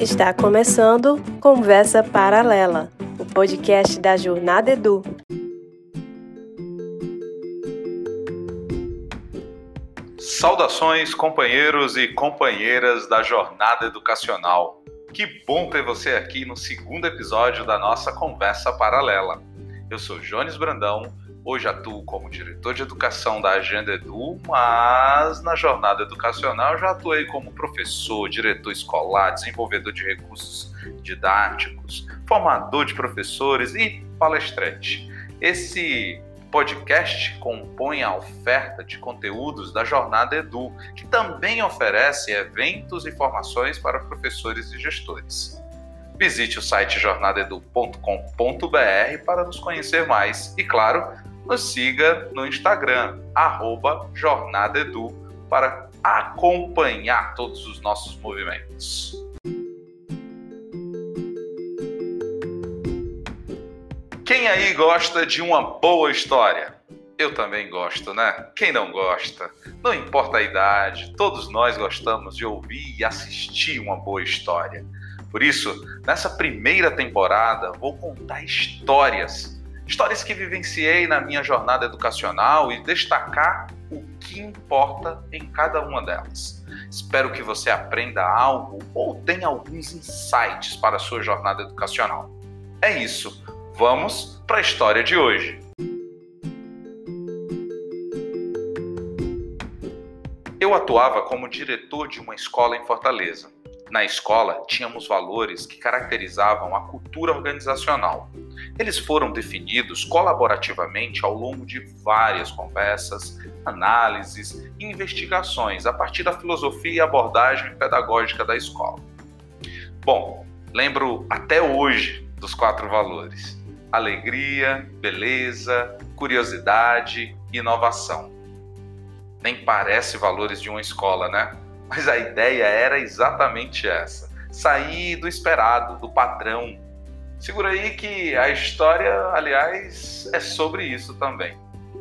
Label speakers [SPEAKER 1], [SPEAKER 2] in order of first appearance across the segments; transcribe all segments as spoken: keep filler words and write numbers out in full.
[SPEAKER 1] Está começando Conversa Paralela, o podcast da Jornada Edu.
[SPEAKER 2] Saudações, companheiros e companheiras da Jornada Educacional. Que bom ter você aqui no segundo episódio da nossa Conversa Paralela. Eu sou Jones Brandão, hoje atuo como diretor de educação da Agenda Edu, mas na Jornada Educacional já atuei como professor, diretor escolar, desenvolvedor de recursos didáticos, formador de professores e palestrante. Esse podcast compõe a oferta de conteúdos da Jornada Edu, que também oferece eventos e formações para professores e gestores. Visite o site jornada edu ponto com ponto b r para nos conhecer mais e, claro, nos siga no Instagram, arroba Jornada Edu, para acompanhar todos os nossos movimentos. Quem aí gosta de uma boa história? Eu também gosto, né? Quem não gosta? Não importa a idade, todos nós gostamos de ouvir e assistir uma boa história. Por isso, nessa primeira temporada, vou contar histórias. Histórias que vivenciei na minha jornada educacional e destacar o que importa em cada uma delas. Espero que você aprenda algo ou tenha alguns insights para a sua jornada educacional. É isso. Vamos para a história de hoje. Eu atuava como diretor de uma escola em Fortaleza. Na escola, tínhamos valores que caracterizavam a cultura organizacional. Eles foram definidos colaborativamente ao longo de várias conversas, análises e investigações a partir da filosofia e abordagem pedagógica da escola. Bom, lembro até hoje dos quatro valores: alegria, beleza, curiosidade e inovação. Nem parece valores de uma escola, né? Mas a ideia era exatamente essa: sair do esperado, do padrão. Segura aí que a história, aliás, é sobre isso também.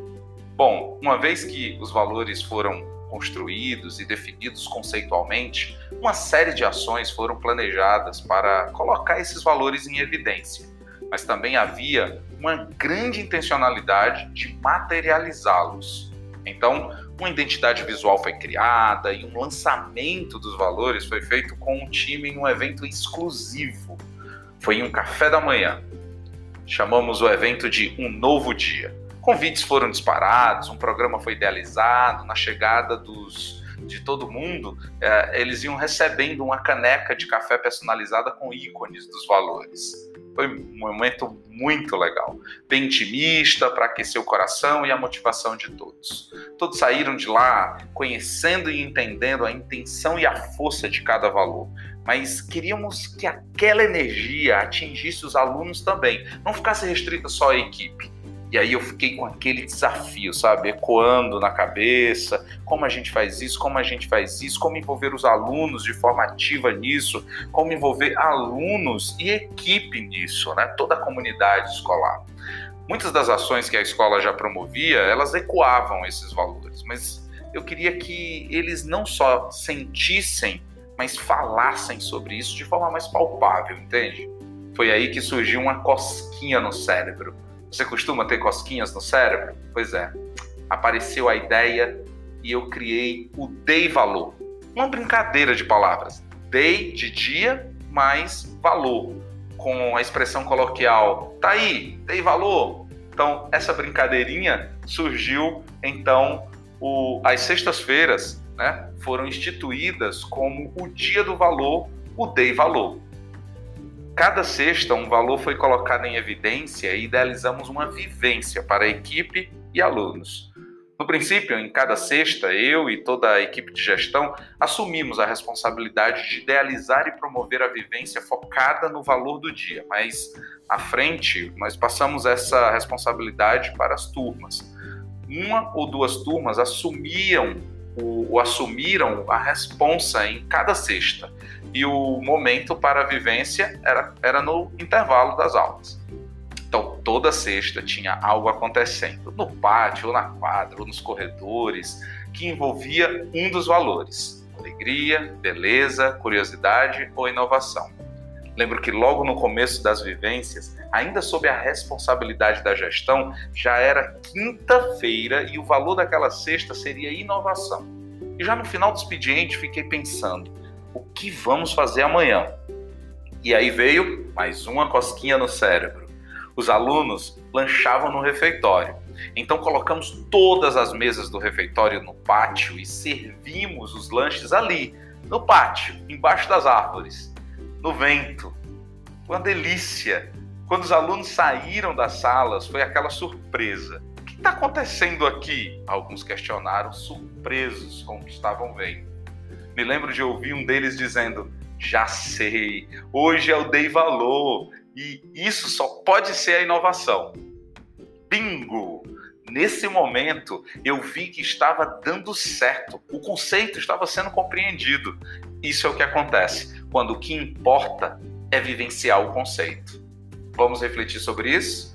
[SPEAKER 2] Bom, uma vez que os valores foram construídos e definidos conceitualmente, uma série de ações foram planejadas para colocar esses valores em evidência. Mas também havia uma grande intencionalidade de materializá-los. Então, uma identidade visual foi criada e um lançamento dos valores foi feito com um time em um evento exclusivo. Foi em um café da manhã. Chamamos o evento de Um Novo Dia. Convites foram disparados, um programa foi idealizado. Na chegada dos, de todo mundo, eh, eles iam recebendo uma caneca de café personalizada com ícones dos valores. Foi um momento muito legal, bem intimista, para aquecer o coração e a motivação de todos. Todos saíram de lá conhecendo e entendendo a intenção e a força de cada valor, mas queríamos que aquela energia atingisse os alunos também, não ficasse restrita só à equipe. E aí eu fiquei com aquele desafio, sabe, ecoando na cabeça: como a gente faz isso, como a gente faz isso, como envolver os alunos de forma ativa nisso, como envolver alunos e equipe nisso, né? Toda a comunidade escolar. Muitas das ações que a escola já promovia, elas ecoavam esses valores, mas eu queria que eles não só sentissem, mas falassem sobre isso de forma mais palpável, entende? Foi aí que surgiu uma cosquinha no cérebro. Você costuma ter cosquinhas no cérebro? Pois é, apareceu a ideia e eu criei o Dei Valor. Uma brincadeira de palavras. Dei de dia mais valor. Com a expressão coloquial, tá aí, dei valor. Então, essa brincadeirinha surgiu, então, o, as sextas-feiras, né, foram instituídas como o Dia do Valor, o Dei Valor. Cada sexta, um valor foi colocado em evidência e idealizamos uma vivência para a equipe e alunos. No princípio, em cada sexta, eu e toda a equipe de gestão assumimos a responsabilidade de idealizar e promover a vivência focada no valor do dia, mas à frente, nós passamos essa responsabilidade para as turmas. Uma ou duas turmas assumiam o, o assumiram a responsa em cada sexta, e o momento para a vivência era, era no intervalo das aulas. Então, toda sexta tinha algo acontecendo, no pátio, ou na quadra, ou nos corredores, que envolvia um dos valores: alegria, beleza, curiosidade ou inovação. Lembro que logo no começo das vivências, ainda sob a responsabilidade da gestão, já era quinta-feira e o valor daquela cesta seria inovação. E já no final do expediente fiquei pensando, o que vamos fazer amanhã? E aí veio mais uma cosquinha no cérebro. Os alunos lanchavam no refeitório. Então colocamos todas as mesas do refeitório no pátio e servimos os lanches ali, no pátio, embaixo das árvores, no vento. Uma delícia! Quando os alunos saíram das salas, foi aquela surpresa. O que está acontecendo aqui? Alguns questionaram, surpresos com o que estavam vendo. Me lembro de ouvir um deles dizendo, já sei, hoje eu dei valor e isso só pode ser a inovação. Bingo! Nesse momento, eu vi que estava dando certo. O conceito estava sendo compreendido. Isso é o que acontece quando o que importa é vivenciar o conceito. Vamos refletir sobre isso?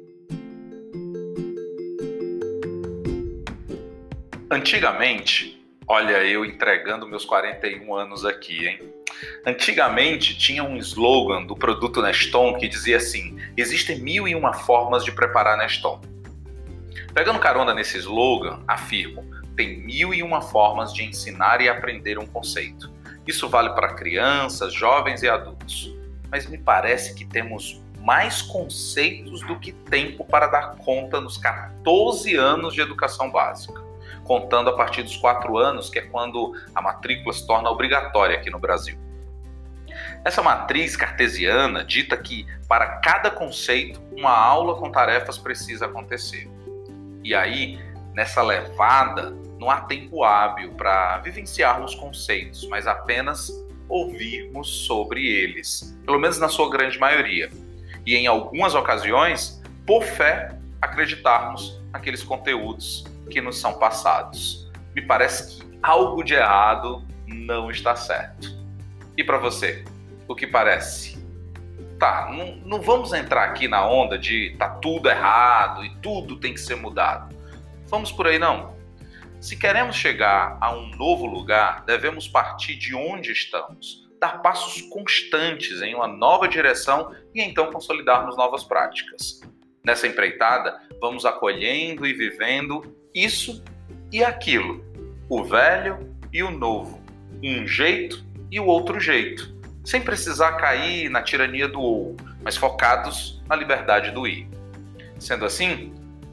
[SPEAKER 2] Antigamente, olha eu entregando meus quarenta e um anos aqui, hein? Antigamente tinha um slogan do produto Neston que dizia assim, existem mil e uma formas de preparar Neston. Pegando carona nesse slogan, afirmo, tem mil e uma formas de ensinar e aprender um conceito. Isso vale para crianças, jovens e adultos. Mas me parece que temos mais conceitos do que tempo para dar conta nos quatorze anos de educação básica, contando a partir dos quatro anos, que é quando a matrícula se torna obrigatória aqui no Brasil. Essa matriz cartesiana dita que, para cada conceito, uma aula com tarefas precisa acontecer. E aí, nessa levada, não há tempo hábil para vivenciarmos conceitos, mas apenas ouvirmos sobre eles, pelo menos na sua grande maioria. E em algumas ocasiões, por fé, acreditarmos naqueles conteúdos que nos são passados. Me parece que algo de errado não está certo. E para você, o que parece? Tá, não, não vamos entrar aqui na onda de tá tudo errado e tudo tem que ser mudado. Vamos por aí não. Se queremos chegar a um novo lugar, devemos partir de onde estamos, dar passos constantes em uma nova direção e então consolidarmos novas práticas. Nessa empreitada, vamos acolhendo e vivendo isso e aquilo, o velho e o novo, um jeito e o outro jeito, sem precisar cair na tirania do ou, mas focados na liberdade do ir. Sendo assim,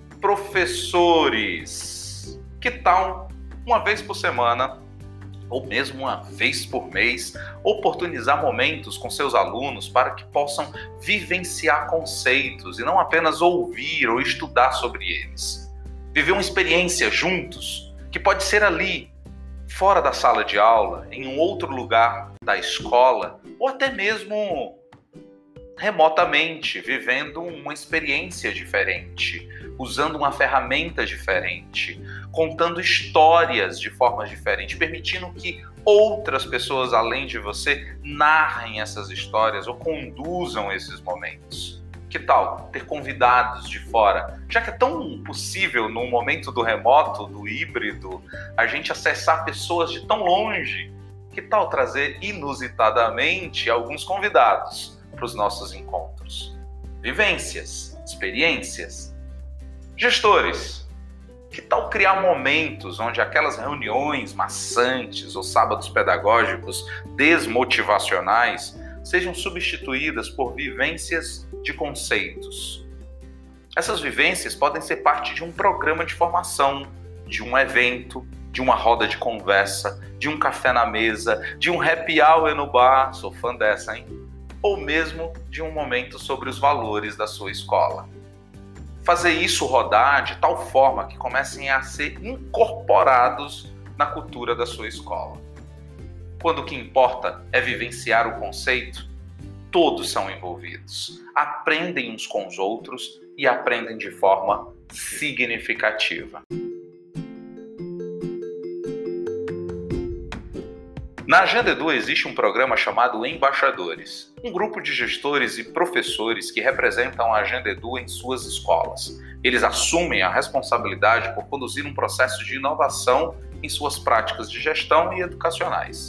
[SPEAKER 2] professores, que tal uma vez por semana, ou mesmo uma vez por mês, oportunizar momentos com seus alunos para que possam vivenciar conceitos e não apenas ouvir ou estudar sobre eles. Viver uma experiência juntos, que pode ser ali, fora da sala de aula, em um outro lugar da escola, ou até mesmo remotamente, vivendo uma experiência diferente, usando uma ferramenta diferente, contando histórias de formas diferentes, permitindo que outras pessoas além de você narrem essas histórias ou conduzam esses momentos. Que tal ter convidados de fora? Já que é tão possível no momento do remoto, do híbrido, a gente acessar pessoas de tão longe, que tal trazer inusitadamente alguns convidados para os nossos encontros? Vivências, experiências. Gestores, que tal criar momentos onde aquelas reuniões maçantes ou sábados pedagógicos desmotivacionais sejam substituídas por vivências de conceitos? Essas vivências podem ser parte de um programa de formação, de um evento, de uma roda de conversa, de um café na mesa, de um happy hour no bar, sou fã dessa, hein? Ou mesmo de um momento sobre os valores da sua escola. Fazer isso rodar de tal forma que comecem a ser incorporados na cultura da sua escola. Quando o que importa é vivenciar o conceito, todos são envolvidos, aprendem uns com os outros e aprendem de forma significativa. Na Agenda Edu existe um programa chamado Embaixadores, um grupo de gestores e professores que representam a Agenda Edu em suas escolas. Eles assumem a responsabilidade por conduzir um processo de inovação em suas práticas de gestão e educacionais.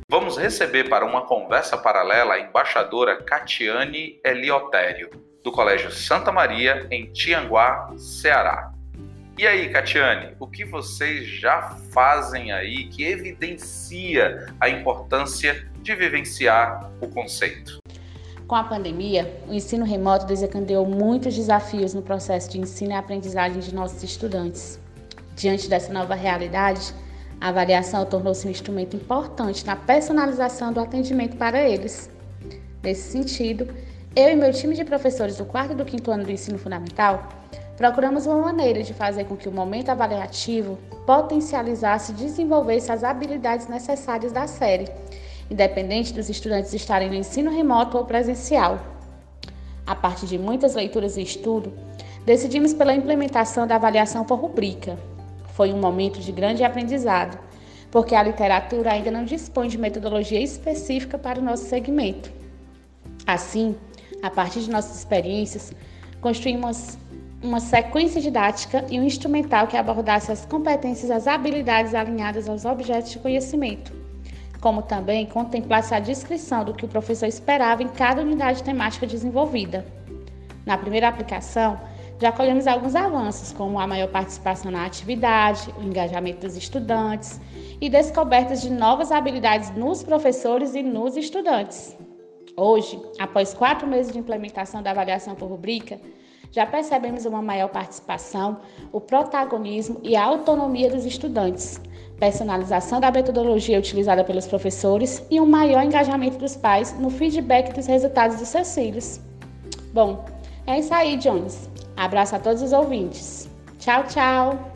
[SPEAKER 2] Vamos receber para uma conversa paralela a embaixadora Catiane Eliotério, do Colégio Santa Maria, em Tianguá, Ceará. E aí, Catiane, o que vocês já fazem aí que evidencia a importância de vivenciar o conceito?
[SPEAKER 3] Com a pandemia, o ensino remoto desencadeou muitos desafios no processo de ensino e aprendizagem de nossos estudantes. Diante dessa nova realidade, a avaliação tornou-se um instrumento importante na personalização do atendimento para eles. Nesse sentido, eu e meu time de professores do quarto e do quinto ano do ensino fundamental procuramos uma maneira de fazer com que o momento avaliativo potencializasse e desenvolvesse as habilidades necessárias da série, independente dos estudantes estarem no ensino remoto ou presencial. A partir de muitas leituras e estudo, decidimos pela implementação da avaliação por rubrica. Foi um momento de grande aprendizado, porque a literatura ainda não dispõe de metodologia específica para o nosso segmento. Assim, a partir de nossas experiências, construímos uma sequência didática e um instrumental que abordasse as competências e as habilidades alinhadas aos objetos de conhecimento, como também contemplasse a descrição do que o professor esperava em cada unidade temática desenvolvida. Na primeira aplicação, já colhemos alguns avanços, como a maior participação na atividade, o engajamento dos estudantes e descobertas de novas habilidades nos professores e nos estudantes. Hoje, após quatro meses de implementação da avaliação por rubrica, já percebemos uma maior participação, o protagonismo e a autonomia dos estudantes, personalização da metodologia utilizada pelos professores e um maior engajamento dos pais no feedback dos resultados dos seus filhos. Bom, é isso aí, Jones. Abraço a todos os ouvintes. Tchau, tchau!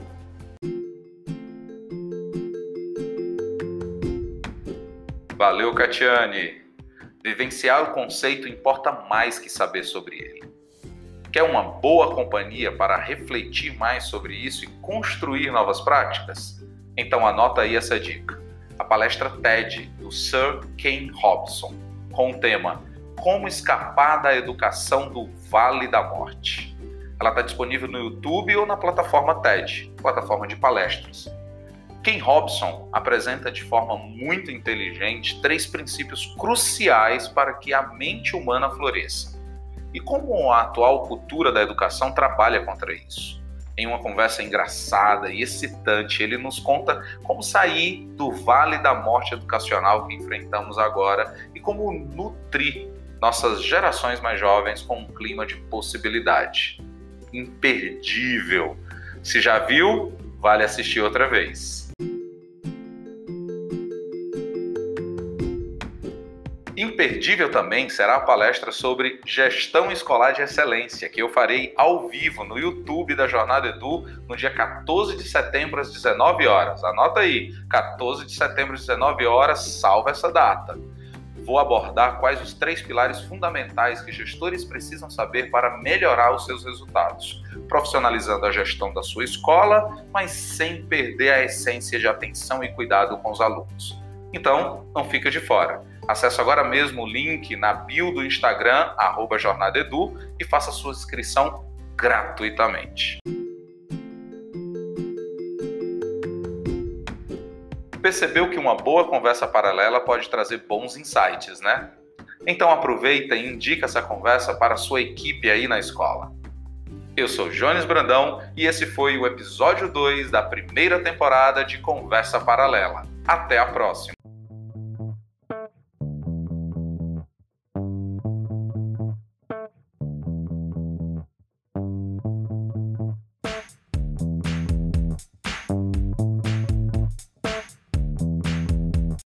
[SPEAKER 2] Valeu, Catiane! Vivenciar o conceito importa mais que saber sobre ele. Quer uma boa companhia para refletir mais sobre isso e construir novas práticas? Então anota aí essa dica. A palestra TED do Sir Ken Robson, com o tema Como escapar da educação do Vale da Morte. Ela está disponível no YouTube ou na plataforma TED, plataforma de palestras. Ken Robson apresenta de forma muito inteligente três princípios cruciais para que a mente humana floresça. E como a atual cultura da educação trabalha contra isso? Em uma conversa engraçada e excitante, ele nos conta como sair do vale da morte educacional que enfrentamos agora e como nutrir nossas gerações mais jovens com um clima de possibilidade. Imperdível! Se já viu, vale assistir outra vez. Imperdível também será a palestra sobre gestão escolar de excelência, que eu farei ao vivo no YouTube da Jornada Edu no dia quatorze de setembro às dezenove horas. Anota aí, quatorze de setembro às dezenove horas, salva essa data. Vou abordar quais os três pilares fundamentais que gestores precisam saber para melhorar os seus resultados, profissionalizando a gestão da sua escola, mas sem perder a essência de atenção e cuidado com os alunos. Então, não fica de fora. Acesse agora mesmo o link na bio do Instagram, arroba Jornada Edu, e faça sua inscrição gratuitamente. Percebeu que uma boa conversa paralela pode trazer bons insights, né? Então aproveita e indica essa conversa para a sua equipe aí na escola. Eu sou Jones Brandão e esse foi o episódio dois da primeira temporada de Conversa Paralela. Até a próxima!